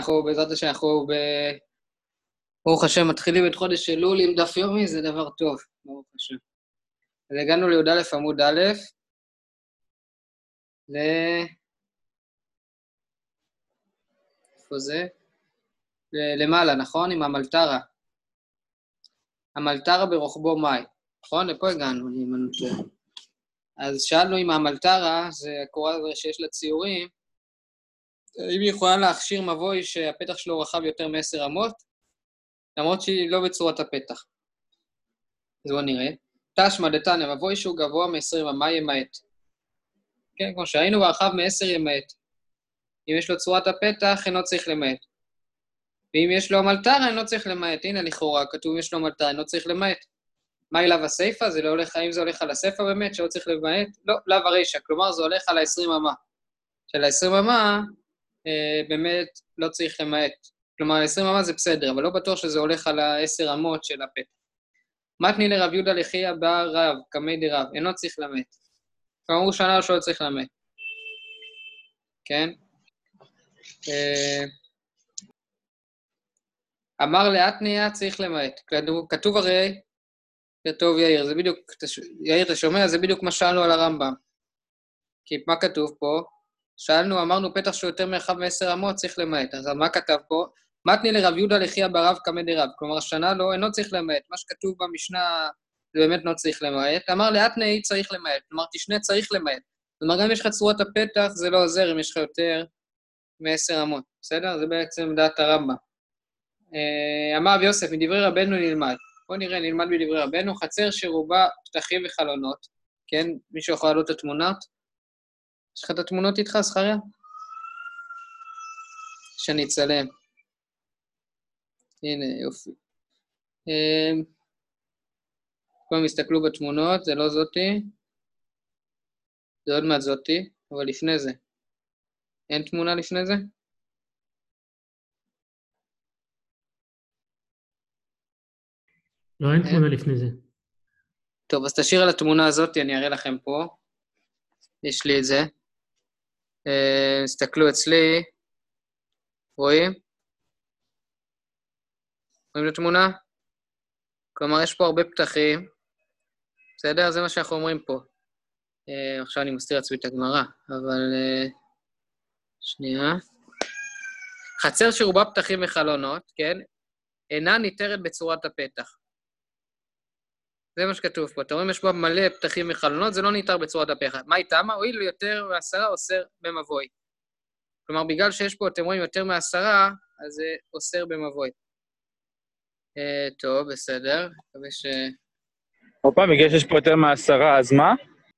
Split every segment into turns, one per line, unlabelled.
אנחנו בעזרת השם, ברוך השם, מתחילים את חודש אלול עם דף יומי, זה דבר טוב, ברוך השם. אז הגענו לי"א עמוד א', איפה זה? למעלה, נכון? עם המלטרה. המלטרה ברוחבו מאי, נכון? לפה הגענו, אני מנותן. אז שאלנו עם המלטרה, זה הקורה שיש לה ציורים, אם היא יכולה להכשיר מבוי שהפתח שלו רחב יותר מ10 אמות, למרות שהיא לא בצורת הפתח. אז בואו נראה. תשמע דתניא, מבוי שהוא גבוה מ20 אמה ימעט. כן, כמו שהיינו ברחב מ10 ימעט. אם יש לו צורת הפתח, אינו צריך למעט. ואם יש לו המלטרה, אינו צריך למעט. הנה לכאורה, כתוב יש לו המלטרה, אינו צריך למעט. מה אליו הסיפה? זה לא הולך, האם זה הולך על הסיפה באמת, שלא צריך למעט? לא, לאו הרישא, כלומר זה הולך על ה20 אמה. של ה20 אמה, באמת לא צריך למעט. כלומר, 20 אמה זה בסדר, אבל לא בטוח שזה הולך על ה10 אמות של הפתח. מתני לרב יהודה לחייא בא רב, קמי דרב, אינו צריך למעט. כלומר, הוא שנה שלא צריך למעט. כן? אמר לאתניה צריך למעט. כתוב הרי, כתוב יאיר, זה בדיוק, יאיר אתה שומע, זה בדיוק מה שאלנו על הרמב"ם. כי מה כתוב פה? שאלנו, אמרנו פתח שהוא יותר מרחב מ10 אמות, צריך למעט. אז מה כתב פה? מתני לרב יהודה לחייא ברב קמי דרב. כלומר, השנה לא, אינו צריך למעט. מה שכתוב במשנה, זה באמת לא צריך למעט. אמר לאתניה צריך למעט. כלומר, תשנה צריך למעט. כלומר, גם אם יש לך צורת הפתח, זה לא עוזר אם יש לך יותר מ10 אמות. בסדר? זה בעצם דעת הרמב"ם. אמר רב יוסף, מדברי רבנו נלמד. בואו נראה, נלמד מדברי רבנו. חצר שרובה פתחים וחלונות. כן? מישהו יכול לעלות את התמונות? יש לך את התמונות איתך, זכריה? שאני אצלם. הנה, יופי. כולם הסתכלו בתמונות, זה לא זאתי. זה עוד מעט זאתי, אבל לפני זה. אין תמונה לפני זה?
לא, אין תמונה לפני זה.
טוב, אז תשאיר על התמונה הזאת, אני אראה לכם פה. יש לי את זה. הסתכלו אצלי. רואים? רואים את התמונה? כלומר, יש פה הרבה פתחים. בסדר? זה מה שאנחנו אומרים פה. עכשיו אני מסתיר עצמי את הגמרא, אבל... שנייה. חצר שרובה פתחים וחלונות, כן? אינה ניתרת בצורת הפתח. זה מה שכתוב פה. אתם רואים, יש פה מלא פתחים וחלונות, זה לא ניתר בצורת הפתח. מה איתה? מה? הואיל יותר מ10 אוסר במבוי. כלומר, בגלל שיש פה, אתם רואים, יותר מ10, אז זה אוסר במבוי. טוב, בסדר. מקווה ש...
אופה, בגלל שיש פה יותר מ10, אז מה?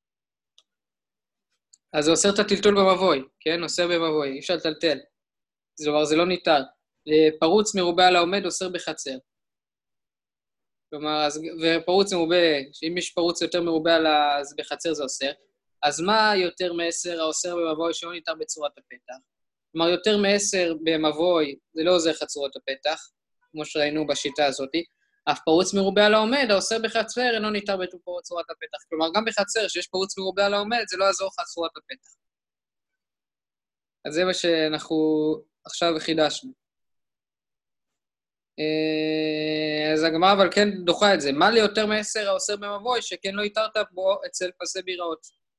אז זה אוסר את הטלטול במבוי, כן? אוסר במבוי, אי אפשר לטלטל. זאת אומרת, זה לא ניתר. פרוץ מרובה על העומד אוסר בחצר. כלומר, ופרוץ מרובה, שאם יש פרוץ יותר מרובה על אז בחצר זה אוסר. אז מה יותר מ10 האוסר במבוי שלא ניתר בצורת הפתח? כלומר, יותר מ10 במבוי זה לא עוזר לך צורת הפתח, כמו שראינו בשיטה הזאת. אף פרוץ מרובה על העומד, האוסר בחצר אינו ניתר בצורת הפתח. כלומר, גם בחצר שיש פרוץ מרובה על העומד, זה לא יעזור לך צורת הפתח. אז זה מה שאנחנו עכשיו חידשנו. אז הגמרא אבל כן דוחה את זה. מה ליותר מ10 האוסר במבוי שכן לא התרת בו אצל פסי ביראות?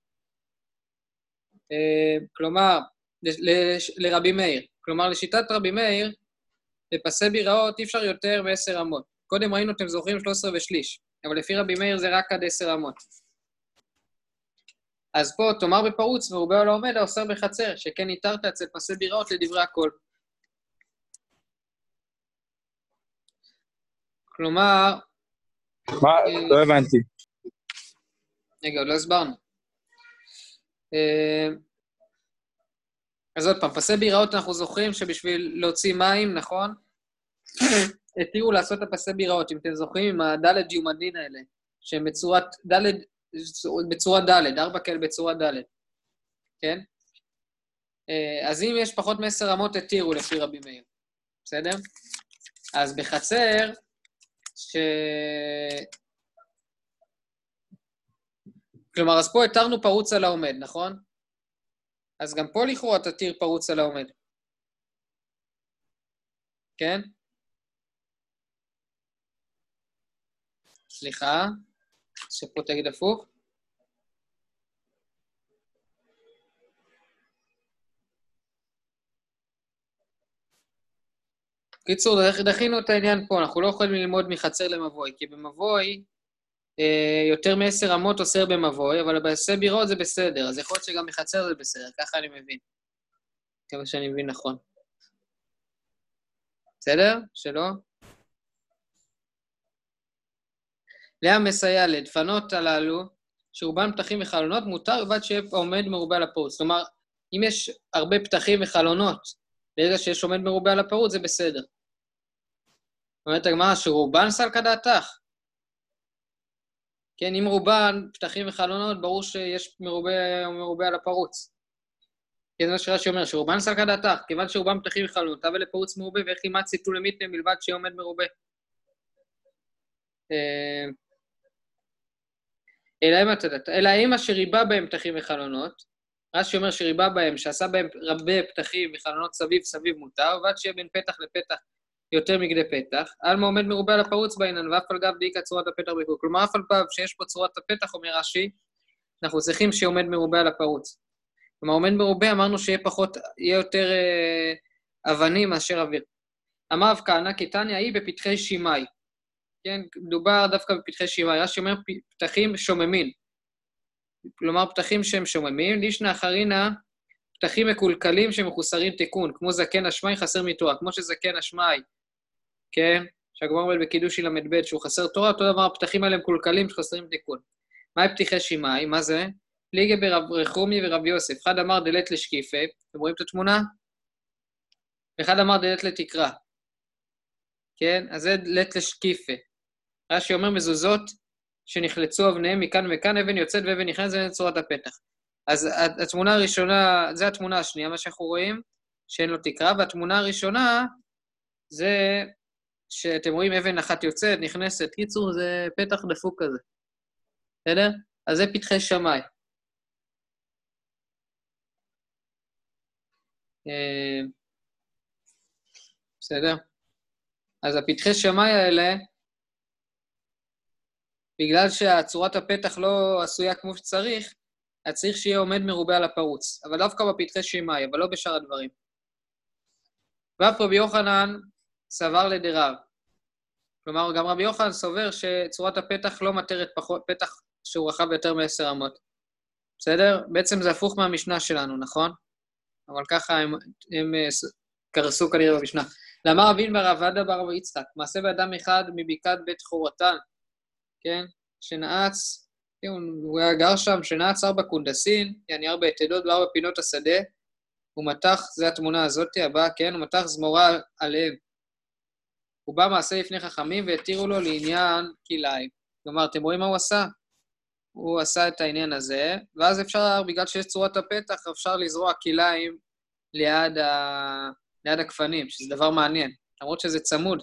כלומר, לרבי מאיר. כלומר, לשיטת רבי מאיר, לפסי ביראות אי אפשר יותר מ10 אמות. קודם ראינו, אתם זוכרים 13 ושליש, אבל לפי רבי מאיר זה רק עד 10 אמות. אז פה, תאמר בפרוץ מרובה על העומד האוסר בחצר, שכן התרת אצל פסי ביראות לדברי הכל. כלומר...
מה? לא הבנתי.
רגע, עוד לא הסברנו. אז עוד פעם, פסי ביראות אנחנו זוכרים שבשביל להוציא מים, נכון? התירו לעשות את הפסי ביראות, אם אתם זוכרים, עם הדלת יומדין האלה, שהם בצורה ד', 4 כאלה בצורה ד', כן? אז אם יש פחות מ10 אמות, התירו לפי רבי מאיר, בסדר? אז בחצר, כלומר, אז פה התרנו פרוץ על העומד, נכון? אז גם פה לכאורה תתיר פרוץ על העומד. כן? סליחה, שפה תגיד הפוך. קיצור, דחינו את העניין פה, אנחנו לא יכולים ללמוד מחצר למבוי, כי במבוי יותר מ10 אמות אוסר במבוי, אבל בעשה בירות זה בסדר, אז יכול להיות שגם מחצר זה בסדר, ככה אני מבין. כמה שאני מבין נכון. בסדר? שלא? לאה מסייע לדפנות הללו, שרובן פתחים וחלונות, מותר ובד שיהיה עומד מרובה על הפרוץ. כלומר, אם יש הרבה פתחים וחלונות, ברגע שיש עומד מרובה על הפרוץ, זה בסדר. אומרת הגמרא, שרובן סלקא דעתך. כן, אם רובן פתחים וחלונות, ברור שיש מרובה על הפרוץ. כן, זה מה שרש"י אומר, שרובן סלקא דעתך, כיוון שרובן פתחים וחלונות, אבל לפרוץ מרובה, ואיך לימד ציטו למיתנה מלבד שיהיה עומד מרובה. אלא אם אשר ריבה בהם פתחים וחלונות, רש"י אומר שריבה בהם, שעשה בהם רבה פתחים וחלונות סביב מותר, ועד שיהיה בין פתח לפתח יותר מגדי פתח, אלמה עומד מרובה על הפרוץ בעינן, ואף על גב דאיקה צורת הפתח בקור. כלומר, אף על פעם שיש פה צורת הפתח, אומר רש"י, אנחנו צריכים שעומד מרובה על הפרוץ. כלומר, עומד מרובה, אמרנו שיהיה יותר אבנים מאשר אוויר. אמר רב כהנא, כתניא היא בפתחי שמאי. כן, מדובר דווקא בפתחי שמאי, רש"י אומר פתחים שוממים. כלומר, פתחים שהם שוממים, לישנא אחרינא, פתחים מקולקלים שמחוסרים תיקון, כמו זקן השמאי חסר מתורה, כמו שזקן השמאי, כן, שהגמרא אומרת בקידושי ל"ב שהוא חסר תורה, אותו דבר הפתחים האלה מקולקלים שחסרים תיקון. מהי פתחי שמאי? מה זה? פליגי ברב רחומי ורב יוסף, אחד אמר דלת לשקיפה, אתם רואים את התמונה? ואחד אמר דלת לתקרה, כן, אז זה דלת לשקיפה. רש"י אומר מזוזות שנחלצו אבניהם מכאן וכאן, אבן יוצאת ואבן נכנסת, זה צורת הפתח. אז התמונה הראשונה, זה התמונה השנייה, מה שאנחנו רואים, שאין לו תקרה, והתמונה הראשונה, זה שאתם רואים אבן אחת יוצאת, נכנסת, קיצור, זה פתח דפוק כזה. בסדר? אז זה פתחי שמאי. בסדר? אז הפתחי שמאי האלה, בגלל שהצורת הפתח לא עשויה כמו שצריך, אז צריך שיהיה עומד מרובה על הפרוץ, אבל דווקא בפתחי שמאי, אבל לא בשאר הדברים. ואף רבי יוחנן סבר לדרב. כלומר, גם רבי יוחנן סובר שצורת הפתח לא מתרת פתח שהוא רחב יותר מ10 אמות. בסדר? בעצם זה הפוך מהמשנה שלנו, נכון? אבל ככה הם קרסו כנראה במשנה. לאמר אבין בר עבדה בר רבי יצחק, מעשה באדם אחד מבקעת בית חורתן, כן? שנעץ, הוא היה גר שם, שנעץ 4 קונדסין, יעני 4 יתדות ו4 פינות השדה, ומתח, זה התמונה הזאת הבאה, כן? ומתח זמורה עליהם. הוא בא מעשה לפני חכמים והתירו לו לעניין כליים. כלומר, אתם רואים מה הוא עשה? הוא עשה את העניין הזה, ואז אפשר, בגלל שיש צורת הפתח, אפשר לזרוע כליים ליד הכפנים, שזה דבר מעניין, למרות שזה צמוד.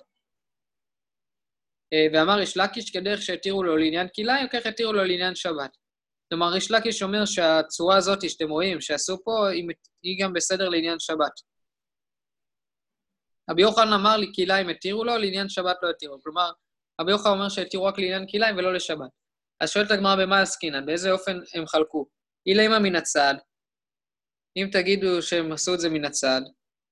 ואמר ריש לקיש כדרך שהתירו לו לעניין כליים, וכך התירו לו לעניין שבת. כלומר, ריש לקיש אומר שהצורה הזאת שאתם רואים, שעשו פה, היא גם בסדר לעניין שבת. רבי יוחנן אמר לי כליים התירו לו, לעניין שבת לא התירו. כלומר, רבי יוחנן אומר שהתירו רק לעניין כליים ולא לשבת. אז שואלת הגמרא במה עסקינן, באיזה אופן הם חלקו? אימה מן הצד, אם תגידו שהם עשו את זה מן הצד,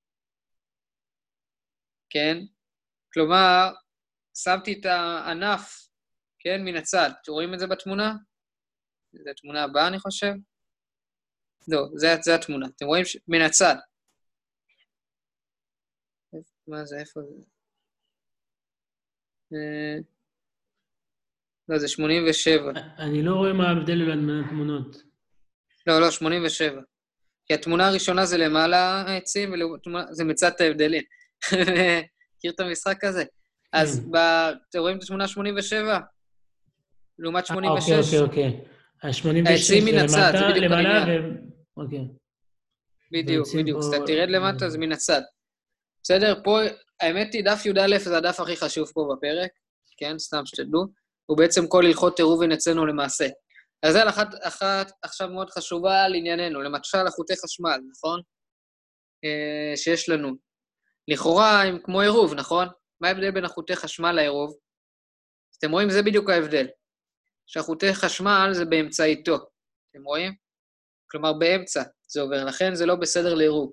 כן? כלומר, שמתי את הענף, כן, מן הצד. אתם רואים את זה בתמונה? זו התמונה הבאה, אני חושב. לא, זה התמונה. אתם רואים מן הצד. מה זה, איפה זה? לא, זה 87.
אני לא רואה מה ההבדל בין התמונות.
לא, 87. כי התמונה הראשונה זה למעלה העצים, זה מצד ההבדלים. מכיר את המשחק הזה? אז אתם רואים את התמונה 87? לעומת 86?
אוקיי. ה-86
העצים מן הצד, זה בדיוק העניין.
אוקיי.
בדיוק. אז אתה תרד למטה, זה מן הצד. בסדר? פה, האמת היא, דף י"א זה הדף הכי חשוב פה בפרק, כן? סתם שתדעו. הוא בעצם כל הלכות תירובין אצלנו למעשה. אז זה אחת עכשיו מאוד חשובה לענייננו, למשל חוטי חשמל, נכון? שיש לנו. לכאורה הם כמו עירוב, נכון? מה ההבדל בין החוטי חשמל לעירוב? אתם רואים, זה בדיוק ההבדל. שהחוטי חשמל זה באמצעיתו. אתם רואים? כלומר, באמצע זה עובר, לכן זה לא בסדר לעירוב.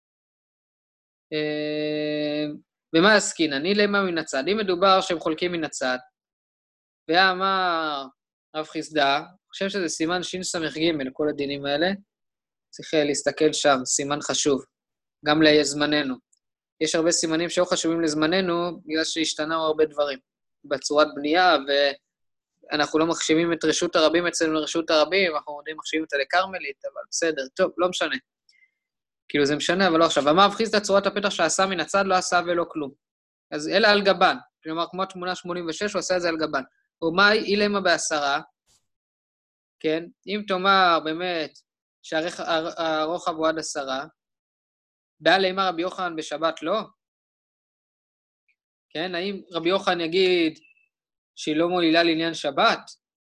ומה עסקין? אני למה מן הצד? אם מדובר שהם חולקים מן הצד, ואמר רב חיסדא, אני חושב שזה סימן שס"ג, כל הדינים האלה, צריך להסתכל שם, סימן חשוב, גם לזמננו. יש הרבה סימנים שלא חשובים לזמננו, בגלל שהשתנו הרבה דברים, בצורת בנייה, ואנחנו לא מחשיבים את רשות הרבים אצלנו לרשות הרבים, אנחנו עדיין מחשיבים אותה לקרמלית, אבל בסדר, טוב, לא משנה. כאילו זה משנה, אבל לא עכשיו. אמר רב חיסדא צורת הפתח שעשה מן הצד, לא עשה ולא כלום. אז אלא על גבן, כלומר, כמו תמונה 86, הוא עשה את זה על גבן. ומאי אילמה בעשרה, כן? אם תאמר באמת שהרוחב הוא עד 10, דע לימה רבי יוחנן בשבת לא? כן? האם רבי יוחנן יגיד שהיא לא מועילה לעניין שבת?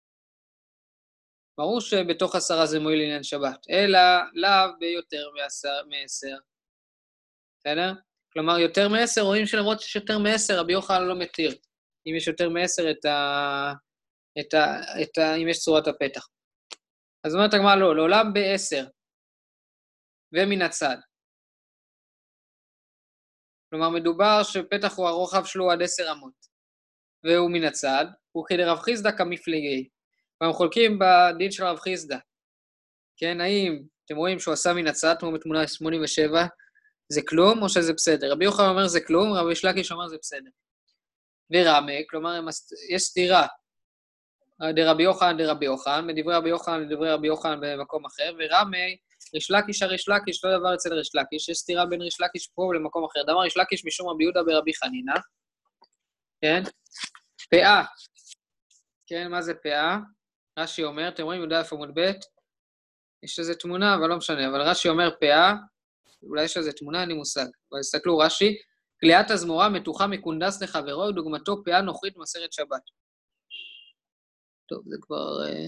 ברור שבתוך 10 זה מועיל לעניין שבת, אלא לאו ביותר מ10. בסדר? כלומר, יותר מ10, רואים שלמרות שיש יותר מ10, רבי יוחנן לא מתיר. אם יש יותר מ10 אם יש צורת הפתח. אז אומרת הגמרא לא, לעולם ב10, ומן הצד. כלומר, מדובר שפתח הוא הרוחב שלו עד 10 אמות, והוא מן הצד, הוא כדרב חיסדא כמפלגי. והם חולקים בדין של רב חיסדא. כן, האם אתם רואים שהוא עשה מן הצד, כמו בתמונה 87, זה כלום או שזה בסדר? רבי יוחנן אומר זה כלום, רבי יש לקיש אומר זה בסדר. ורמה, כלומר, יש סתירה. דרבי יוחנן, מדברי רבי יוחנן לדברי רבי יוחנן במקום אחר, ורמה, ריש לקיש הריש לקיש, לא דבר אצל ריש לקיש, יש סתירה בין ריש לקיש פה למקום אחר. דאמר ריש לקיש משום רבי יהודה ברבי חנינא, כן? פאה, כן, מה זה פאה? רש"י אומר, אתם רואים י"א עמוד ב', יש איזו תמונה, אבל לא משנה, אבל רש"י אומר פאה, אולי יש איזו תמונה, אין לי מושג, אבל תסתכלו, רש"י, כליית הזמורה מתוחה מקונדס לחברו, דוגמתו פאה נוחית מסרת שבת. טוב, זה כבר...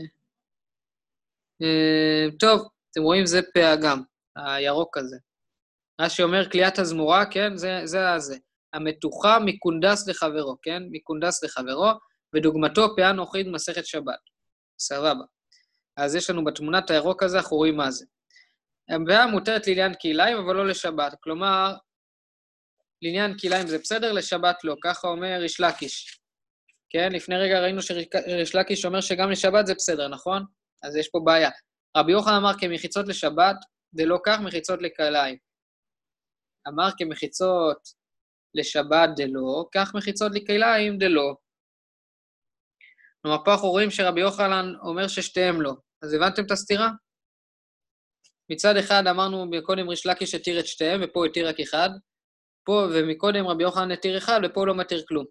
טוב, אתם רואים, זה פאה גם, הירוק הזה. רש"י אומר, כליית הזמורה, כן, זה. המתוחה מקונדס לחברו, כן, מקונדס לחברו, ודוגמתו פאה נוחית מסרת שבת. סבבה. אז יש לנו בתמונת הירוק הזה, אנחנו רואים מה זה. הפאה מותרת לעניין כליים, אבל לא לשבת. כלומר, לעניין כליים זה בסדר, לשבת לא. ככה אומר ריש לקיש. כן, לפני רגע ראינו שריש לקיש אומר שגם לשבת זה בסדר, נכון? אז יש פה בעיה. רבי יוחנן אמר כמחיצות לשבת, זה לא כך מחיצות לכליים. אמר כמחיצות לשבת זה לא, כך מחיצות לכליים זה לא. כלומר, פה אנחנו רואים שרבי יוחנן אומר ששתיהם לא. אז הבנתם את הסתירה? מצד אחד אמרנו מקודם ריש לקיש התיר את שתיהם, ופה הוא התיר רק אחד. פה ומקודם רבי יוחנן התיר אחד, ופה הוא לא מתיר כלום.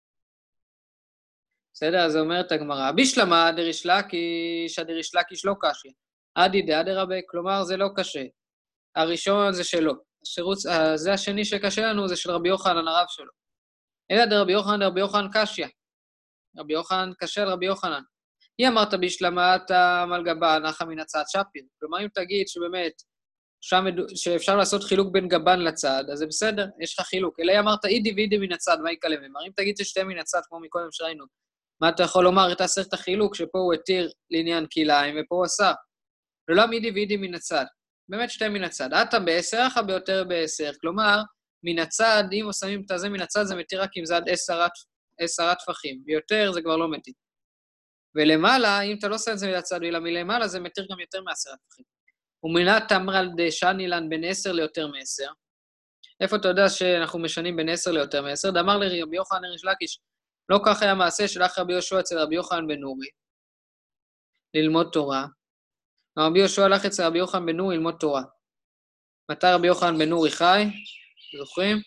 בסדר? אז אומרת הגמרא, בישלמה דריש לקיש, דריש לקיש לא קשה. עדי דעדי רבי, כלומר זה לא קשה. הראשון זה שלו. זה השני שקשה לנו, זה של רבי יוחנן, הרב שלו. אלא דרבי יוחנן קשיא. רבי יוחנן קשה על רבי יוחנן. היא אמרת בישלמה אתה מלגבה, נחה מן הצד שפיר. כלומר, אם תגיד שבאמת, שאפשר לעשות חילוק בין גבן לצד, אז זה בסדר, יש לך חילוק. אלא היא אמרת אידי ואידי מן הצד, מה יקלה ממר? אם תגיד ששתי מן הצד, כמו מקודם שראינו, מה אתה יכול לומר? אתה עשר את החילוק, שפה הוא התיר לעניין כליים, ופה הוא עשה. לעולם אידי ואידי מן הצד. באמת שתי מן הצד. אתה ב10, אחר ביותר ב10. כלומר, מן הצד, אם שמים את זה מן הצד, זה מתיר רק אם זה עד 10 טפחים. ביותר זה כבר לא מתיר. ולמעלה, אם אתה לא עושה את זה לצד, אלא מלמעלה, זה מתיר גם יותר מ10 טפחים. ומינה תמרל דשנילן בין 10 ליותר מ10. איפה אתה יודע שאנחנו משנים בין 10 ליותר מ10? דאמר לרבי יוחנן ריש לקיש, לא כך היה מעשה של אחר רבי יהושע אצל רבי יוחנן בן נורי, ללמוד תורה. רבי יהושע הלך אצל רבי יוחנן בן נורי ללמוד תורה. מתי רבי יוחנן בן נורי חי? זוכרים?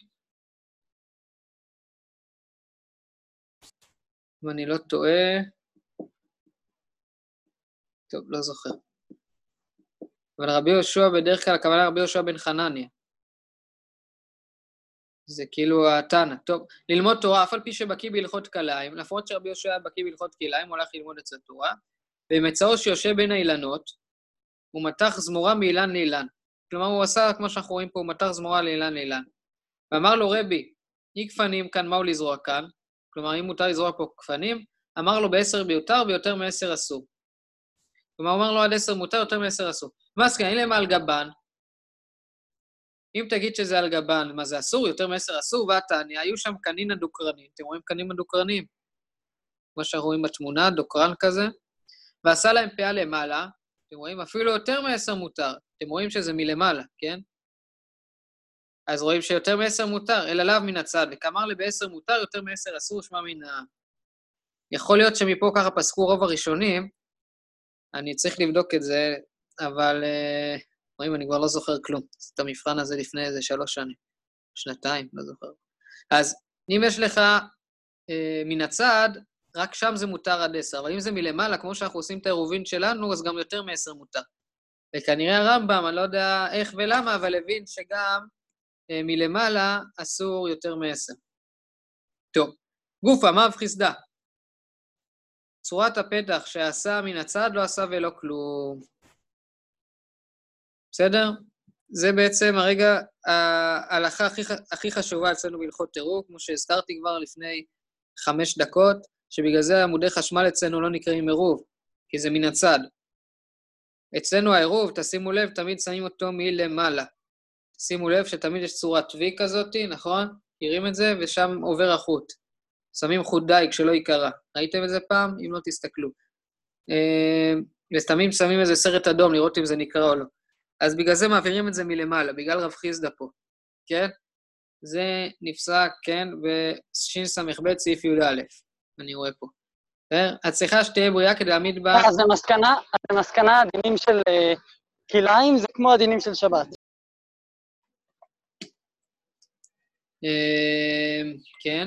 אם אני לא טועה... טוב, לא זוכר. אבל רבי יהושע בדרך כלל, הכוונה רבי יהושע בן חנניה. זה כאילו התנא. טוב, ללמוד תורה, אף על פי שבקיא בהלכות כליים, לפחות שרבי יהושע בקיא בהלכות כליים, הוא הולך ללמוד אצל תורה, ומצאו שיושב בין האילנות, הוא מתח זמורה מאילן לאילן. כלומר, הוא עשה, כמו שאנחנו רואים פה, הוא מתח זמורה לאילן לאילן. ואמר לו רבי, אי גפנים כאן, מהו לזרוע כאן? כלומר, אם מותר לזרוע פה גפנים, אמר לו ב10 ביותר, ביותר מ10 אסור. כלומר, הוא אמר לו עד 10 מותר, יותר מ10 אסור. מה אז כן, אין להם על גבן. אם תגיד שזה על גבן, מה זה אסור, יותר מ10 אסור, והתניא, היו שם קנין הדוקרנים. אתם רואים קנים הדוקרנים? כמו שאנחנו רואים בתמונה, דוקרן כזה. ועשה להם פאה למעלה, אתם רואים, אפילו יותר מ10 מותר. אתם רואים שזה מלמעלה, כן? אז רואים שיותר מ10 מותר, אלא לאו מן הצד, וכאמר לי ב10 מותר, יותר מ10 אסור, שמע מן ה... יכול להיות שמפה ככה פסקו רוב הראשונים, אני צריך לבדוק את זה, אבל רואים, אני כבר לא זוכר כלום. את המבחן הזה לפני איזה 3 שנים, 2, לא זוכר. אז אם יש לך מן הצד, רק שם זה מותר עד 10, אבל אם זה מלמעלה, כמו שאנחנו עושים את העירובין שלנו, אז גם יותר מ10 מותר. וכנראה הרמב"ם, אני לא יודע איך ולמה, אבל הבין שגם מלמעלה אסור יותר מ10. טוב, גופה, מה וחסדה? צורת הפתח שעשה מן הצד לא עשה ולא כלום. בסדר? זה בעצם הרגע, ההלכה הכי חשובה אצלנו בהלכות תירוק, כמו שהזכרתי כבר לפני 5 דקות, שבגלל זה עמודי חשמל אצלנו לא נקראים עירוב, כי זה מן הצד. אצלנו העירוב, תשימו לב, תמיד שמים אותו מלמעלה. שימו לב שתמיד יש צורת וי כזאת, נכון? מכירים את זה, ושם עובר החוט. שמים חוט דייג שלא יקרה. ראיתם את זה פעם? אם לא תסתכלו. ותמיד שמים איזה סרט אדום, לראות אם זה נקרא או לא. אז בגלל זה מעבירים את זה מלמעלה, בגלל רב חיסדא פה. כן? זה נפסק, כן, בש"ס"ב סעיף י"א. אני רואה פה. את צריכה שתהיה בריאה כדי להעמיד בה...
אז המסקנה, הדינים של כלאיים זה כמו הדינים של שבת.
כן.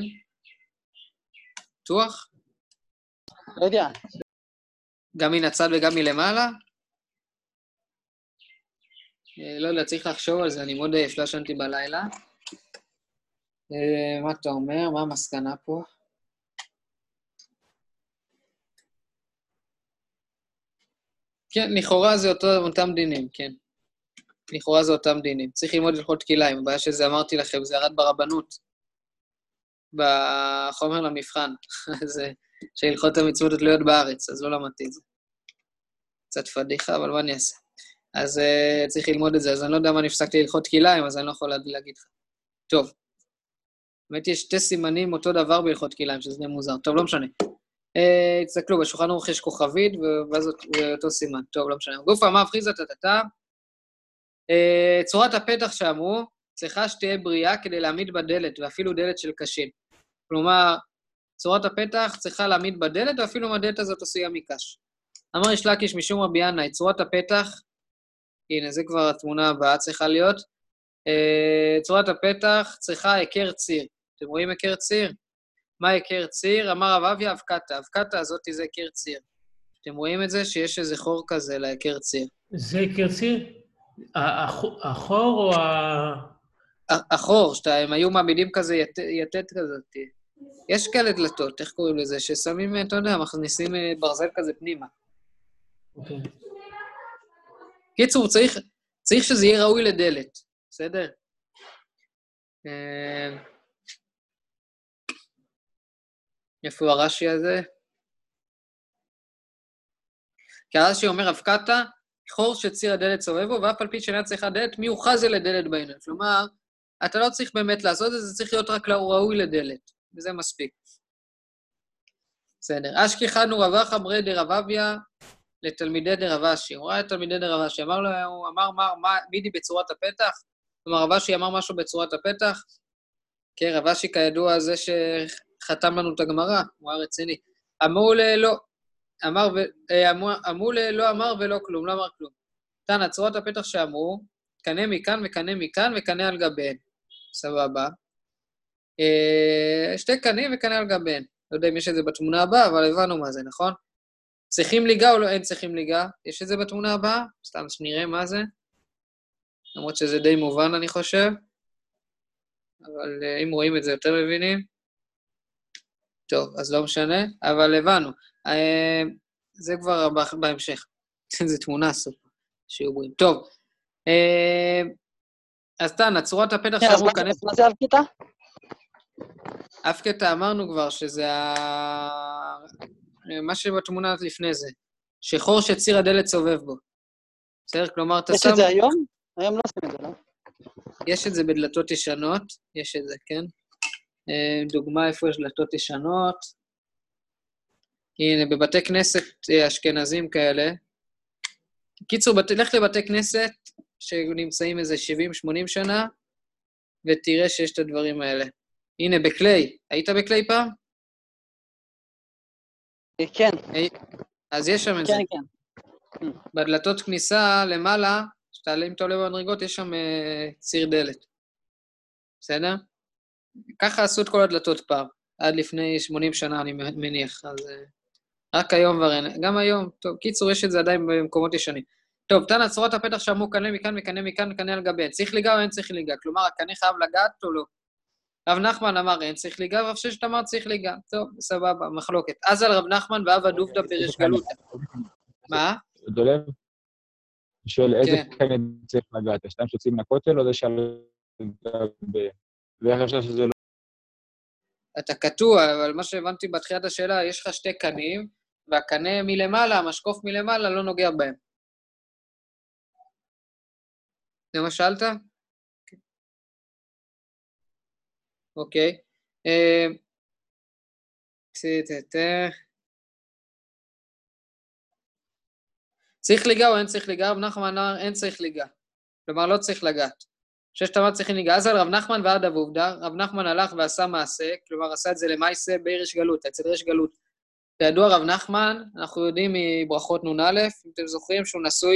בטוח?
לא יודע.
גם מן הצד וגם מלמעלה? לא יודע, צריך לחשוב על זה, אני מאוד עייף, לא ישנתי בלילה. מה אתה אומר? מה המסקנה פה? כן, לכאורה זה אותם דינים, כן. לכאורה זה אותם דינים. צריך ללמוד הלכות כלאיים, הבעיה שזה אמרתי לכם, זה ירד ברבנות, בחומר למבחן, זה שהלכות המצוות תלויות בארץ, אז לא למדתי את זה. קצת פדיחה, אבל מה אני אעשה? אז צריך ללמוד את זה, אז אני לא יודע מה נפסק לי הלכות כלאיים, אז אני לא יכול להגיד לך. טוב. באמת יש 2 סימנים אותו דבר בהלכות כלאיים, שזה די מוזר. טוב, לא משנה. תסתכלו, בשולחן ערוך יש כוכבית, ואז זה אותו סימן. טוב, לא משנה. גופה, מה וחסדא טטטה? צורת הפתח שאמרו, צריכה שתהיה בריאה כדי להעמיד בדלת, ואפילו דלת של קשים. כלומר, צורת הפתח צריכה להעמיד בדלת, ואפילו מהדלת הזאת עשויה מקש. אמר יש לקיש משום רבי ינאי, צורת הפתח, הנה, זה כבר התמונה הבאה צריכה להיות, צורת הפתח צריכה היכר ציר. אתם רואים היכר ציר? מה היכר ציר? אמר רב אביה אבקתא. אבקתא הזאת זה היכר ציר. אתם רואים את זה? שיש איזה חור כזה להיכר ציר.
זה היכר ציר? החור או
החור, הם היו מעמידים כזה יתד כזאת. יש כאלה דלתות, איך קוראים לזה? ששמים, אתה יודע, מכניסים ברזל כזה פנימה.
אוקיי.
קיצור, צריך שזה יהיה ראוי לדלת. בסדר? איפה הרש"י הזה? כי הרש"י אומר, אבקתא, חור שציר הדלת סובבו, ואף על פי שאינה צריכה דלת, מיוחס לדלת בעיניים. כלומר, אתה לא צריך באמת לעשות את זה, זה צריך להיות רק ראוי לדלת, וזה מספיק. בסדר. אשכי חנו רב אחא אמרי דרב אביה לתלמידי דרב אשי. הוא ראה את תלמידי דרב אשי, הוא אמר מידי בצורת הפתח, כלומר, רב אשי אמר משהו בצורת הפתח, כן, רב אשי כידוע זה שחתם לנו את הגמרא, הוא היה רציני. אמרו לא, לא אמר ולא כלום, לא אמר כלום. תנא, צורת הפתח שאמרו, קנה מכאן וקנה מכאן וקנה על גביהן. סבבה. 2 קנים וקנה על גביהן. לא יודע אם יש את זה בתמונה הבאה, אבל הבנו מה זה, נכון? צריכים ליגה או לא? אין צריכים ליגה. יש את זה בתמונה הבאה? סתם שנראה מה זה. למרות שזה די מובן, אני חושב. אבל אם רואים את זה יותר מבינים. טוב, אז לא משנה, אבל הבנו. זה כבר בהמשך. זה תמונה סופר, שיהיו בריאים. טוב, אז תנא, צורת הפתח
אז
שאמרו כאן,
מה זה אב קטע?
אף קטע אמרנו כבר שזה מה שבתמונה לפני זה, שחור שציר הדלת סובב בו. בסדר? כלומר, אתה
יש
שם...
את זה היום? היום לא עושים את זה, לא?
יש את זה בדלתות ישנות, יש את זה, כן? דוגמה איפה יש דלתות ישנות. הנה, בבתי כנסת אשכנזים כאלה. קיצור, לך לבתי כנסת שנמצאים איזה 70-80 שנה, ותראה שיש את הדברים האלה. הנה, בקליי. היית בקליי פעם?
כן.
אז יש שם את זה.
כן, כן.
בדלתות כניסה למעלה, אם אתה עולה במדרגות, יש שם ציר דלת. בסדר? ככה עשו את כל הדלתות פעם. עד לפני 80 שנה, אני מניח. אז רק היום ורן. גם היום. טוב, קיצור, יש את זה עדיין במקומות ישנים. טוב, תנא, צורת הפתח שאמרו קנה מכאן, מקנה מכאן, מקנה על גביהן. צריך ליגה או אין צריך ליגה? כלומר, הקנה חייב לגעת או לא? רב נחמן אמר אין צריך ליגה, רב ששת אמר צריך ליגה. טוב, סבבה, מחלוקת. אז על רב נחמן ואב הדובדא פירש גלותא. מה?
דולב? אני שואל, איזה
כן.
קנה צריך לגעת? השתיים שיוצאים מן הכותל, או זה שעל... ואיך אפשר שזה לא...
אתה קטוע, אבל מה שהבנתי בתחילת השאלה, יש לך שתי קנים, והקנה מלמעלה, המשקוף מלמעלה, לא נוגע בהם. זה מה שאלת? אוקיי. צריך ליגה או אין צריך ליגה? רב נחמן אמר אין צריך ליגה. כלומר, לא צריך לגעת. ששת אמר צריכים ליגה. אז על רב נחמן ועד אב עובדא, רב נחמן הלך ועשה מעשה, כלומר, עשה את זה למעשה בריש גלות, אצל ריש גלות. וידוע רב נחמן, אנחנו יודעים מברכות נ"א, אם אתם זוכרים שהוא נשוי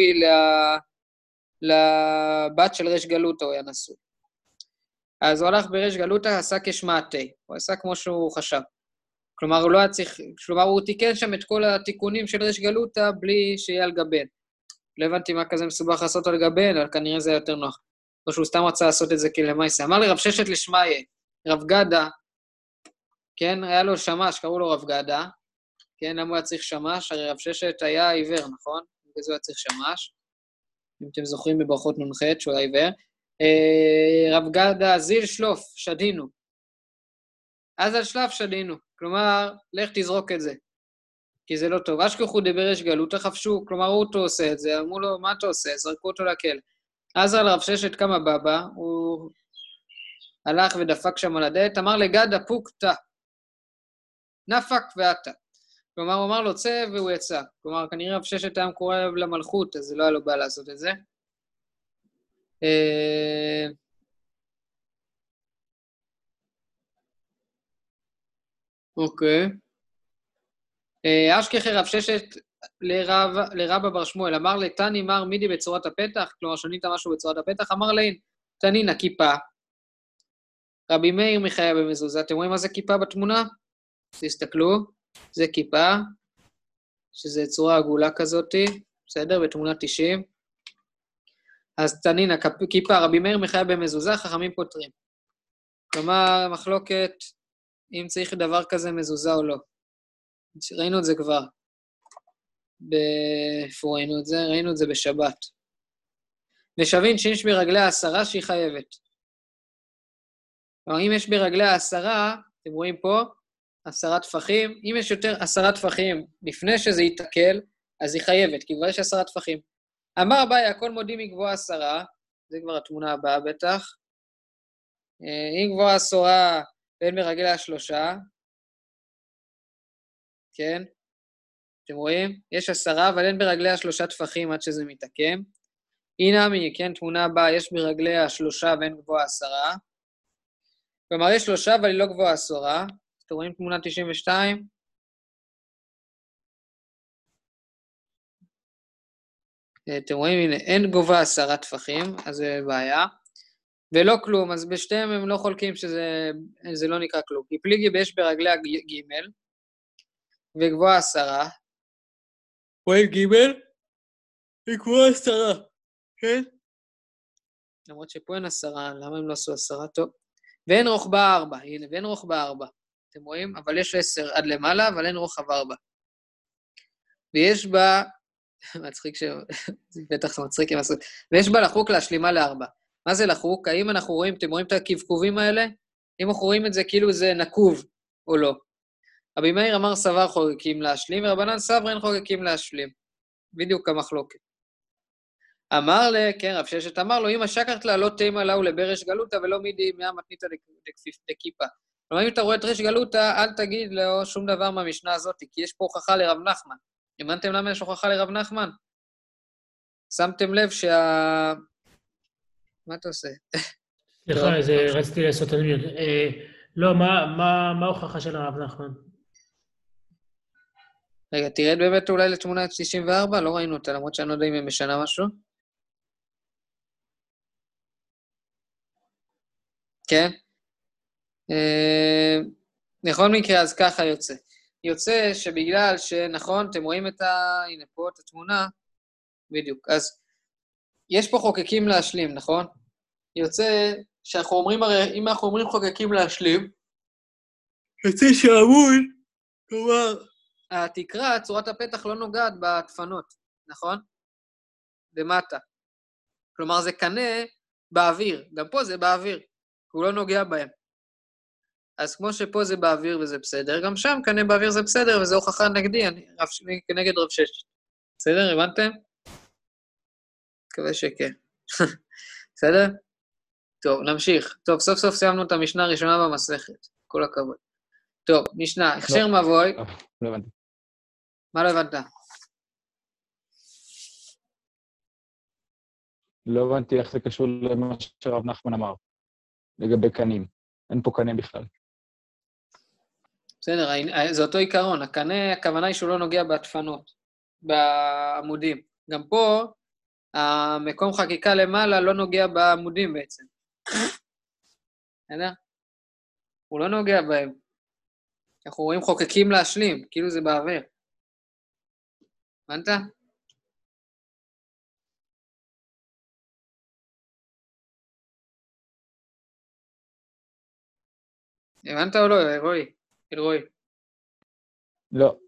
לבת של ריש גלותא, הוא היה נשוי. אז הוא הלך בריש גלותא, עשה כשמעתי, הוא עשה כמו שהוא חשב. כלומר, הוא לא היה צריך, כלומר, הוא תיקן שם את כל התיקונים של ריש גלותא, בלי שיהיה על גביהן. לא הבנתי מה כזה מסובך לעשות על גביהן, אבל כנראה זה יותר נוח. או שהוא סתם רצה לעשות את זה כלמעשה. אמר לי רב ששת לשמעיה, רב גדה, כן, היה לו שמש, קראו לו רב גדה, כן, למה הוא היה צריך שמש? הרי רב ששת היה עיוור, נכון? בגלל זה הוא היה צריך שמש. אם אתם זוכרים בברכות נ"ח, שהוא היה עיוור. רב גדה, זיל שלוף, שדינו. אז על שלף שדינו. כלומר, לך תזרוק את זה. כי זה לא טוב. אשכח הוא דבר יש גלותא חפשו, כלומר, הוא אותו עושה את זה, אמרו לו, מה אתה עושה? זרקו אותו לכלא. אז על רב ששת כמה בבא, הוא הלך ודפק שם על הדלת, אמר לגדה פוקתא, נפק ועתה. כלומר, הוא אמר לו צא והוא יצא. כלומר, כנראה רב ששת היה מקורב למלכות, אז זה לא היה לו בעיה לעשות את זה. אוקיי. אשכחי רב ששת לרבא בר שמואל, אמר לתני מר מידי בצורת הפתח, כלומר, שונית משהו בצורת הפתח, אמר לין, תנין, הכיפה. רבי מאיר מחיה במזוזה, אתם רואים מה זה כיפה בתמונה? תסתכלו, זה כיפה, שזה צורה עגולה כזאת, בסדר? בתמונה 90. אז תנין, הכיפה, רבי מאיר מחיה במזוזה, חכמים פותרים. כלומר, מחלוקת, אם צריך דבר כזה מזוזה או לא. ראינו את זה כבר. איפה ראינו את זה? ראינו את זה בשבת. ושבין שיש ברגליה 10 שהיא חייבת. כלומר, אם יש ברגליה 10, אתם רואים פה, 10 טפחים, אם יש יותר 10 טפחים לפני שזה יתקל, אז היא חייבת, כי כבר יש 10 טפחים. אמר ביי, הכל מודים מגבוה 10, זה כבר התמונה הבאה בטח. אם גבוה 10 ואין ברגליה 3, כן? אתם רואים? יש 10, אבל אין ברגליה 3 טפחים עד שזה מתעקם. הנה מי, כן, תמונה הבאה, יש ברגליה 3 ואין גבוה 10. כלומר, יש 3, אבל היא לא גבוה 10. אתם רואים תמונה 92? אתם רואים, הנה, אין גובה 10 טפחים, אז זה בעיה. ולא כלום, אז בשתיהם הם לא חולקים שזה לא נקרא כלום. כי פליגי יש ברגליה ג' וגבוה 10. רואים ג' וגבוה 10, כן? למרות שפה אין 10, למה הם לא עשו 10? טוב. ואין רוחבה 4, הנה, ואין רוחבה 4. אתם רואים? אבל יש 10 עד למעלה, אבל אין רוחב 4. ויש בה, מצחיק זה בטח מצחיק עם הסוד, ויש בה לחוק להשלימה ל4. מה זה לחוק? האם אנחנו רואים, אתם רואים את הקבקובים האלה? אם אנחנו רואים את זה כאילו זה נקוב או לא. רבי מאיר אמר סבר חוגגים להשלים, ורבנן סבר אין חוגגים להשלים. בדיוק המחלוקת. אמר כן, רב ששת אמר לו, אמא שקרת לה, לא תימה לה ולברש גלותה, ולא מידי מאה מתניתא דכיפה. כלומר, אם אתה רואה את ריש גלותה, אל תגיד לו שום דבר מהמשנה הזאת, כי יש פה הוכחה לרב נחמן. הבנתם למה יש הוכחה לרב נחמן? שמתם לב מה אתה עושה?
סליחה, רציתי לעשות את המיון. לא, מה ההוכחה של הרב נחמן?
רגע, תרד באמת אולי לתמונה 94, לא ראינו אותה, למרות שאני לא יודע אם היא משנה משהו. כן? בכל מקרה, אז ככה יוצא. יוצא שבגלל שנכון, אתם רואים הנה פה את התמונה, בדיוק. אז יש פה חוקקים להשלים, נכון? יוצא שאנחנו אומרים, הרי אם אנחנו אומרים חוקקים להשלים, יוצא שהעמוד, כלומר, התקרה, צורת הפתח לא נוגעת בדפנות, נכון? למטה. כלומר, זה קנה באוויר, גם פה זה באוויר, הוא לא נוגע בהם. אז כמו שפה זה באוויר וזה בסדר, גם שם קנה באוויר זה בסדר, וזה הוכחה נגדי, כנגד רב ששת. בסדר, הבנתם? מקווה שכן. בסדר? טוב, נמשיך. טוב, סוף סוף סיימנו את המשנה הראשונה במסכת. כל הכבוד. טוב, משנה, הכשר מבוי.
לא הבנתי.
מה לא הבנת?
לא הבנתי איך זה קשור למה שרב נחמן אמר, לגבי קנים. אין פה קנה בכלל.
בסדר, זה אותו עיקרון. הקנה, הכוונה היא שהוא לא נוגע בהדפנות, בעמודים. גם פה, המקום חקיקה למעלה לא נוגע בעמודים בעצם. בסדר? הוא לא נוגע בהם. אנחנו רואים חוקקים להשלים, כאילו זה באוויר. הבנת? הבנת או לא, אלרועי?
לא.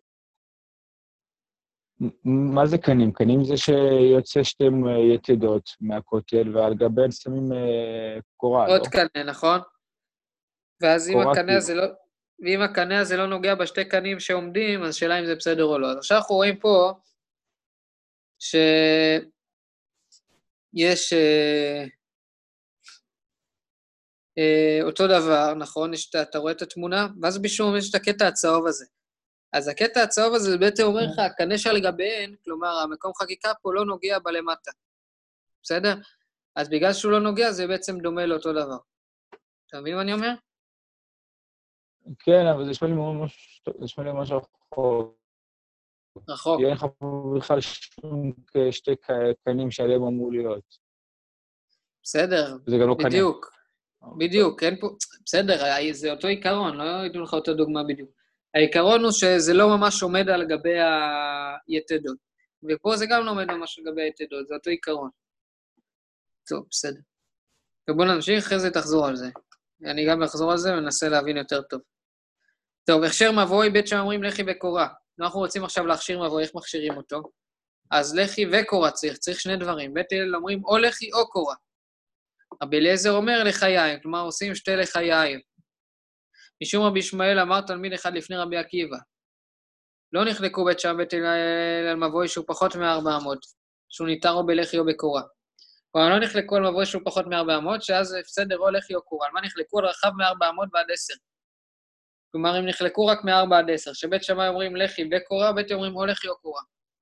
מה זה קנים? קנים זה שיוצא שתי יתדות מהכותל, ועל גביהן שמים קורה,
עוד
לא?
קנה, נכון? ואז אם הקנה הזה לא נוגע בשתי קנים שעומדים, אז שאלה אם זה בסדר או לא. אז עכשיו אנחנו רואים פה שיש אותו דבר, נכון? אתה רואה את התמונה? ואז בשום יש את הקטע הצהוב הזה. אז הקטע הצהוב הזה בעצם אומר לך, הקנה שעל גביהן, כלומר, המקום חקיקה פה לא נוגע בלמטה. בסדר? אז בגלל שהוא לא נוגע, זה בעצם דומה לאותו דבר. אתה מבין מה אני אומר?
כן, אבל זה נשמע לי ממש רחוק.
רחוק.
כי אין לך בכלל שתי קנים שעליהם אמור להיות.
בסדר,
זה גם לא קנה.
בדיוק, אין פה, בסדר, זה אותו עיקרון, לא ידעו לך אותו דוגמה בדיוק. העיקרון הוא שזה לא ממש עומד על גבי היתדות, ופה זה גם לא עומד ממש על גבי היתדות, זה אותו עיקרון. טוב, בסדר. ובואו נמשיך, אחרי זה תחזור על זה. אני גם אחזור על זה וננסה להבין יותר טוב. טוב, הכשר מבוי, בית שם אומרים לחי וקורה. אנחנו רוצים עכשיו להכשיר מבוי, איך מכשירים אותו? אז לחי וקורה צריך שני דברים. בית הלל אומרים או לחי או קורה. רבי אליעזר אומר לחיים, כלומר עושים שתי לחיים. משום רבי ישמעאל אמר תלמיד אחד לפני רבי עקיבא. לא נחלקו בית שם בית הלל על מבוי שהוא פחות מ400, שהוא ניתר או בלחי או בקורה. כלומר, לא נחלקו על מבוי שהוא פחות מ400, שאז בסדר או לחי או קורה. על מה נחלקו? על רחב מ400 ועד 10. כלומר, אם נחלקו רק מ4 עד 10, שבית שמאי אומרים לחי וקורה, בית אומרים או לחי או קורה.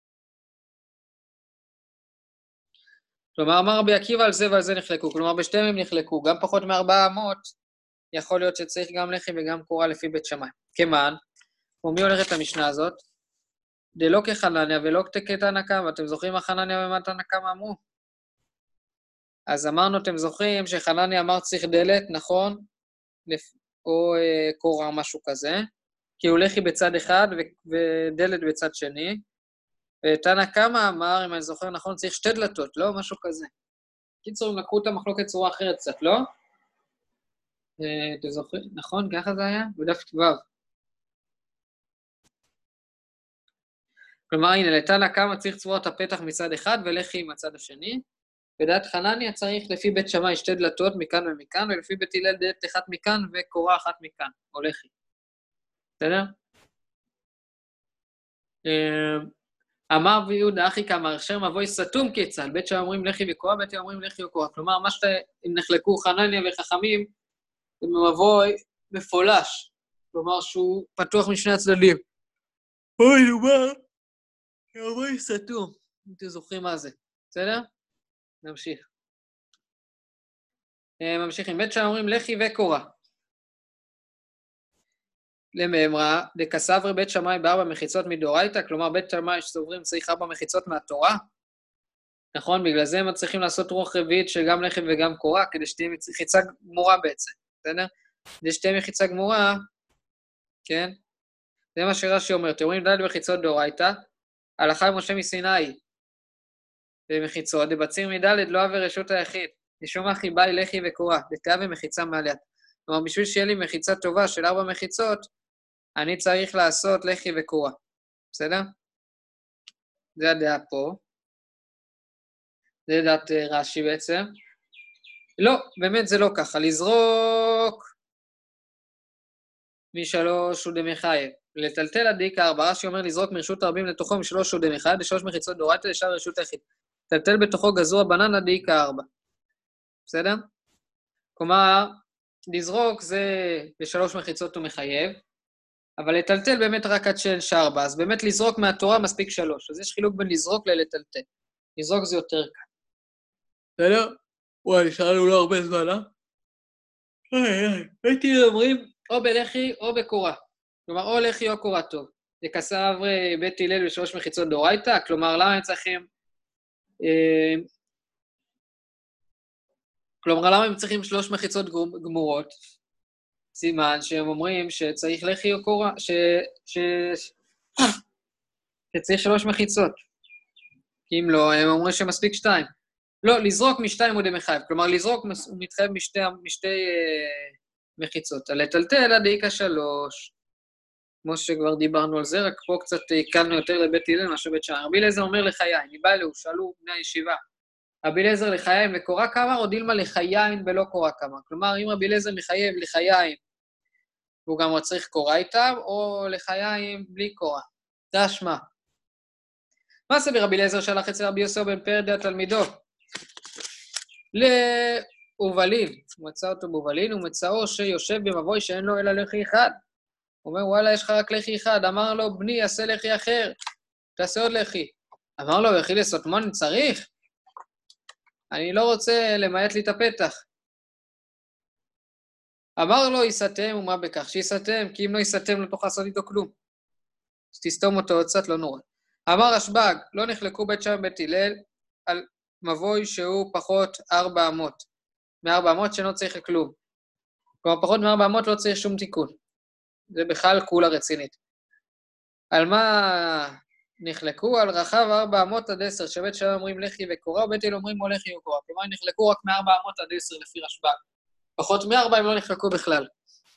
כלומר, אמר רבי עקיבא על זה ועל זה נחלקו. כלומר, בשתיהם הם נחלקו. גם פחות מ400, יכול להיות שצריך גם לחי וגם קורה לפי בית שמאי. כמען, ומי הולך את המשנה הזאת? דלא כחנניה ולא כתנא קמא. אתם זוכרים מה חנניה ומה תנא קמא אמרו? אז אמרנו, אתם זוכרים שחנניה אמר צריך דלת, נכון? או קורה, משהו כזה. כי הוא לחי בצד אחד ודלת בצד שני. ותנא קמא אמר, אם אני זוכר נכון, צריך שתי דלתות, לא? משהו כזה. קיצור, הם לקחו את המחלוקת צורה אחרת קצת, לא? אתם זוכרים? נכון? ככה זה היה? בדף ו'. כלומר, הנה, לתנא קמא צריך צורת הפתח מצד אחד ולחי מצד השני. בדעת חנניה צריך לפי בית שמאי 2 דלתות מכאן ומכאן, ולפי בית הלל דלת אחת מכאן וקורה אחת מכאן, או לחי. בסדר? אמר רבי יהודה אחי כאמר, אשר מבוי סתום כיצד, בית שמאי אומרים לחי וקורה, בית הלל אומרים לחי וקורה. כלומר, מה אם נחלקו חנניה וחכמים, זה מבוי מפולש. כלומר, שהוא פתוח משני הצדדים. אוי, נאמר, מבוי סתום. אם אתם זוכרים מה זה. בסדר? נמשיך. ממשיכים. בית שמאי אומרים לחי וקורה. למאמרה, דקסברי בית שמאי ב4 מחיצות מדאורייתא, כלומר בית שמאי שסוברים צריך 4 מחיצות מהתורה. נכון, בגלל זה הם צריכים לעשות רוח רביעית של גם לחי וגם קורה, כדי שתהיה מחיצה גמורה בעצם, בסדר? כדי שתהיה מחיצה גמורה, כן? זה מה שרש"י אומר, תאורים ד' מחיצות דאורייתא, הלכה משה מסיני, במחיצות, דבציר מד' לא עבר רשות היחיד, נשום אחי ביי לחי וקורה, דתאה ומחיצה מעליה. כלומר, בשביל שיהיה לי מחיצה טובה של 4 מחיצות, אני צריך לעשות לחי וקורה. בסדר? זה הדעה פה. זה דעת רש"י בעצם. לא, באמת זה לא ככה. לזרוק מ3 הוא דמחייב. לטלטל עד דאיכא 4, רש"י אומר לזרוק מרשות הרבים לתוכו מ3 הוא דמחייב, ל3 מחיצות דאורייתא לשאר רשות היחיד. לטלטל בתוכו גזור הבנן עד דאיכא 4. בסדר? כלומר, לזרוק זה ל3 מחיצות הוא מחייב, אבל לטלטל באמת רק עד של 4, אז באמת לזרוק מהתורה מספיק 3, אז יש חילוק בין לזרוק ללטלטל. לזרוק זה יותר קל. בסדר? וואי, שאלנו לא הרבה זמן, אה? הייתי אומרים או בלחי או בקורה. כלומר, או לחי או קורה טוב. לכסב בית הלל ב3 מחיצות דאורייתא, כלומר, למה הם צריכים... כלומר, למה הם צריכים 3 מחיצות גמורות? סימן שהם אומרים שצריך לחי או קורה, שצריך 3 מחיצות. כי אם לא, הם אומרים שמספיק 2. לא, לזרוק מ2 הוא דמחייב. כלומר, לזרוק הוא מתחייב משתי מחיצות. לטלטל עד דאיכא 3. כמו שכבר דיברנו על זה, רק פה קצת הקלנו יותר לבית הלל מאשר בית שמאי. רבי אליעזר אומר לחיים, מבעלהו, שאלו בני הישיבה. רבי אליעזר לחיים וקורה כמה, או דילמה לחיים ולא קורה כמה. כלומר, אם רבי אליעזר מחייב לחיים, והוא גם צריך קורה איתם, או לחיים בלי קורה. זה השמה. מה עשה ברבי אליעזר שהלך אצל רבי יוסף בן פרדיה תלמידו? לאובלין, הוא מצא אותו באובלין, הוא מצאו שיושב במבוי שאין לו אלא לחי אחד. הוא אומר, וואלה, יש לך רק לחי אחד. אמר לו, בני, עשה לחי אחר. תעשה עוד לחי. אמר לו, יחיד לסוטמון צריך? אני לא רוצה למעט לי את הפתח. אמר לו, יסתם, ומה בכך? שיסתם, כי אם לא יסתם, לא תוכל לעשות איתו כלום. אז תסתום אותו עוד קצת, לא נורא. אמר רשב"ג, לא נחלקו בית שמאי ובית הלל על מבוי שהוא פחות 400. מ-400 שלא צריך כלום. כלומר, פחות מ-400 לא צריך שום תיקון. זה בכלל כולה רצינית. על מה נחלקו? על רחב 400 עד 10, שבית שמאי אומרים לחי וקורה, ובית הלל אומרים או לחי וקורה. כלומר, נחלקו רק מ-400 עד 10 לפי רשב"ג. פחות מ-4 הם לא נחלקו בכלל.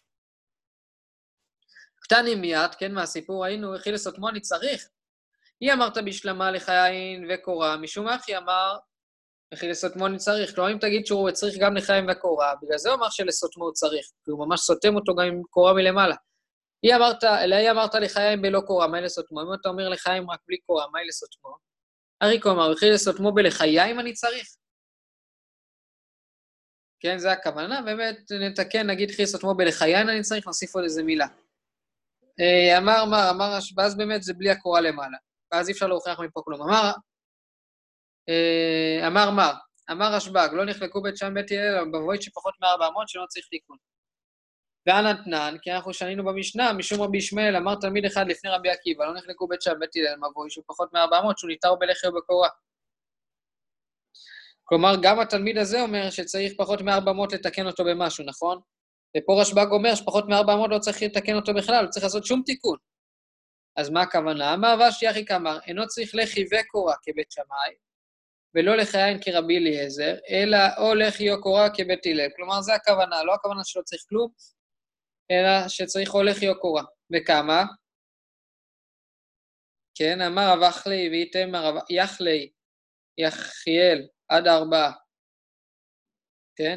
קטנים מיד, כן, מהסיפור ראינו, יחיד לסוטמוני צריך. היא אמרת בשלמה לחיים וקורה, משום אחי אמר, יחיד לסוטמוני צריך. כלומר, אם תגיד שהוא צריך גם לחיים וקורה, בגלל זה הוא אמר שלסוטמו הוא צריך, כי הוא ממש סותם אותו גם עם קורה מלמעלה. היא אמרת לחיים בלא קורה, מה לסוטמו? אם אתה אומר לחיים רק בלי קורה, מה לסוטמו? אריקו אמר, יחיד לסוטמו בלחיים אני צריך. כן, זה הכוונה, באמת נתקן, נגיד יחיד לסוטמו בלחיים אני צריך, נוסיף עוד איזה מילה. ואז באמת זה בלי הקורה למעלה. ואז אי אפשר להוכיח מפה כלום. אמר רשב"ג, לא נחלקו בית שמאי בית הלל, בבואית שפחות מ-400 שלא צריך תיקון. וענתנן, כי אנחנו שנינו במשנה, משום רבי ישמעאל, אמר תלמיד אחד לפני רבי עקיבא, לא נחלקו בית שמאי בית הלל, מבואית שהוא פחות מ-400, שהוא ניתר בלחי ובקורה. כלומר, גם התלמיד הזה אומר שצריך פחות מ-400 לתקן אותו במשהו, נכון? ופה רשב"ג אומר שפחות מ-400 לא צריך לתקן אותו בכלל, לא צריך לעשות שום תיקון. אז מה הכוונה? מה ושי אחי כאמר, אינו צריך לחי וקורה כבית שמאי, ולא לחיים כרבי אליעזר, אלא או לחי או קורה כבית הלל. כלומר, זה הכוונה, לא הכוונה שלא צריך כלום, אלא שצריך או לחי או קורה. וכמה? כן, אמר רב אחלי, ואיתם יחלי, יחיאל, עד 4. כן?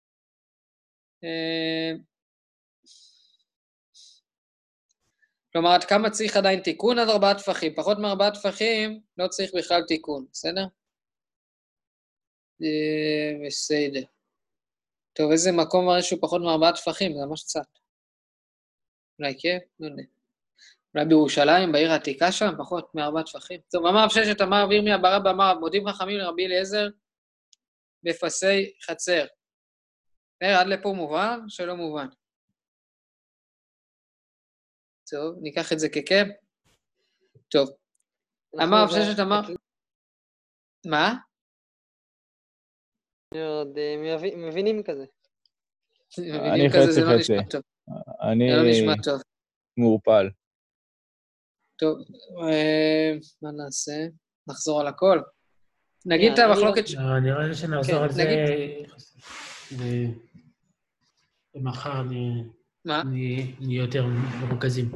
כלומר, עד כמה צריך עדיין תיקון? עד 4 טפחים. פחות מ4 טפחים לא צריך בכלל תיקון, בסדר? בסדר. טוב, איזה מקום מראה שהוא פחות מ4 טפחים? זה ממש קצת. אולי כן? לא יודע. אולי בירושלים, בעיר העתיקה שם, פחות מ4 טפחים. טוב, אמר רב ששת, אמר רב ירמיה בר אבא, אמר מודים חכמים לרבי אליעזר בפסי חצר. עד לפה מובן? שלא מובן. טוב, ניקח את זה ככן. טוב. אמר רב ששת, אמר... מה?
עוד מבינים כזה.
מבינים כזה, זה לא נשמע טוב.
אני
זה לא נשמע טוב.
מעורפל.
טוב, מה נעשה? נחזור על הכל. נגיד את המחלוקת...
נראה לי שנחזור על זה... ומחר נהיה יותר מרוכזים.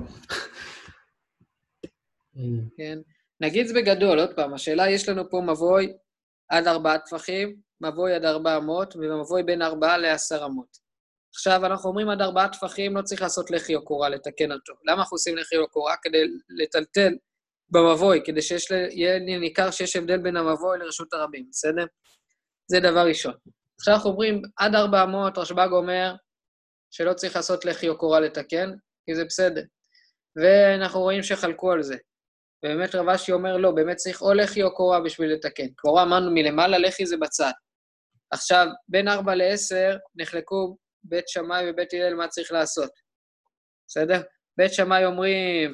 כן. נגיד זה בגדול, עוד פעם, השאלה, יש לנו פה מבוי עד 4 טפחים, מבוי עד 400, ומבוי בין 4 ל10 אמות. עכשיו אנחנו אומרים עד 4 טפחים, לא צריך לעשות לחי או קורה, לתקן אותו. למה אנחנו עושים לחי או קורה? כדי לטלטל במבוי, כדי שיהיה ניכר שיש הבדל בין המבוי לרשות הרבים, בסדר? זה דבר ראשון. עכשיו אנחנו אומרים, עד 400, רשב"ג אומר שלא צריך לעשות לחי או קורה לתקן, כי זה בסדר. ואנחנו רואים שחלקו על זה. ובאמת רב אשי אומר, לא, באמת צריך או לחי או קורה בשביל לתקן. קורה אמרנו מלמעלה, לחי זה בצד. עכשיו, בין 4 ל10 נחלקו בית שמאי ובית הלל מה צריך לעשות. בסדר? בית שמאי אומרים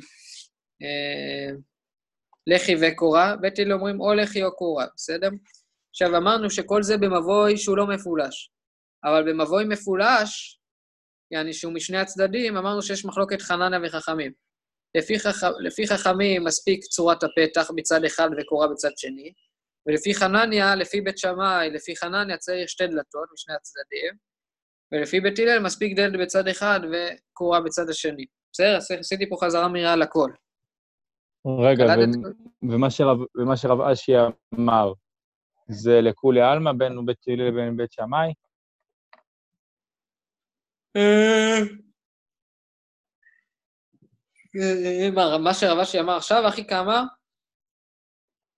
לחי וקורה, בית הלל אומרים או לחי או קורה, בסדר? עכשיו, אמרנו שכל זה במבוי שהוא לא מפולש. אבל במבוי מפולש, יעני שהוא משני הצדדים, אמרנו שיש מחלוקת חנניה וחכמים. לפי חכמים מספיק צורת הפתח בצד אחד וקורה בצד שני, ולפי חנניה, לפי בית שמאי, לפי חנניה צריך 2 דלתות משני הצדדים, ולפי בית הלל מספיק דלת בצד אחד וקורה בצד השני. בסדר, עשיתי פה חזרה מהירה על הכל.
רגע, ומה שרב אשי אמר, זה לכולי עלמא בין בית הלל לבין בית שמאי?
מה שרב אשי אמר עכשיו, אחי כמה?